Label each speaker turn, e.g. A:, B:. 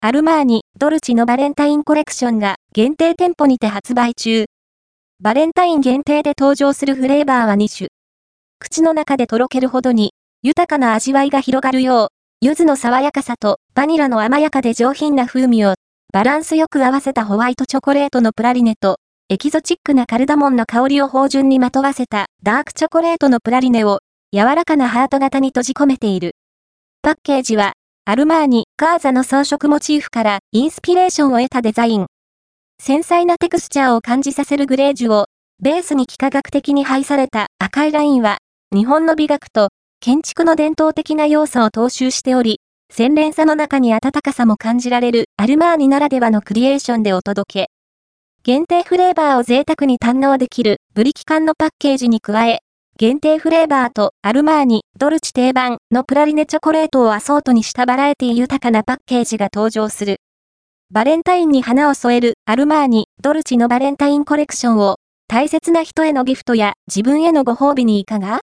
A: アルマーニ、ドルチのバレンタインコレクションが限定店舗にて発売中。バレンタイン限定で登場するフレーバーは2種。口の中でとろけるほどに、豊かな味わいが広がるよう、柚子の爽やかさとバニラの甘やかで上品な風味をバランスよく合わせたホワイトチョコレートのプラリネと、エキゾチックなカルダモンの香りを芳醇にまとわせたダークチョコレートのプラリネを柔らかなハート型に閉じ込めている。パッケージは、アルマーニ、カーザの装飾モチーフからインスピレーションを得たデザイン。繊細なテクスチャーを感じさせるグレージュを、ベースに幾何学的に配された赤いラインは、日本の美学と建築の伝統的な要素を踏襲しており、洗練さの中に温かさも感じられるアルマーニならではのクリエーションでお届け。限定フレーバーを贅沢に堪能できるブリキ缶のパッケージに加え、限定フレーバーとアルマーニ、ドルチ定番のプラリネチョコレートをアソートにしたバラエティ豊かなパッケージが登場する。バレンタインに花を添えるアルマーニ、ドルチのバレンタインコレクションを大切な人へのギフトや自分へのご褒美にいかが？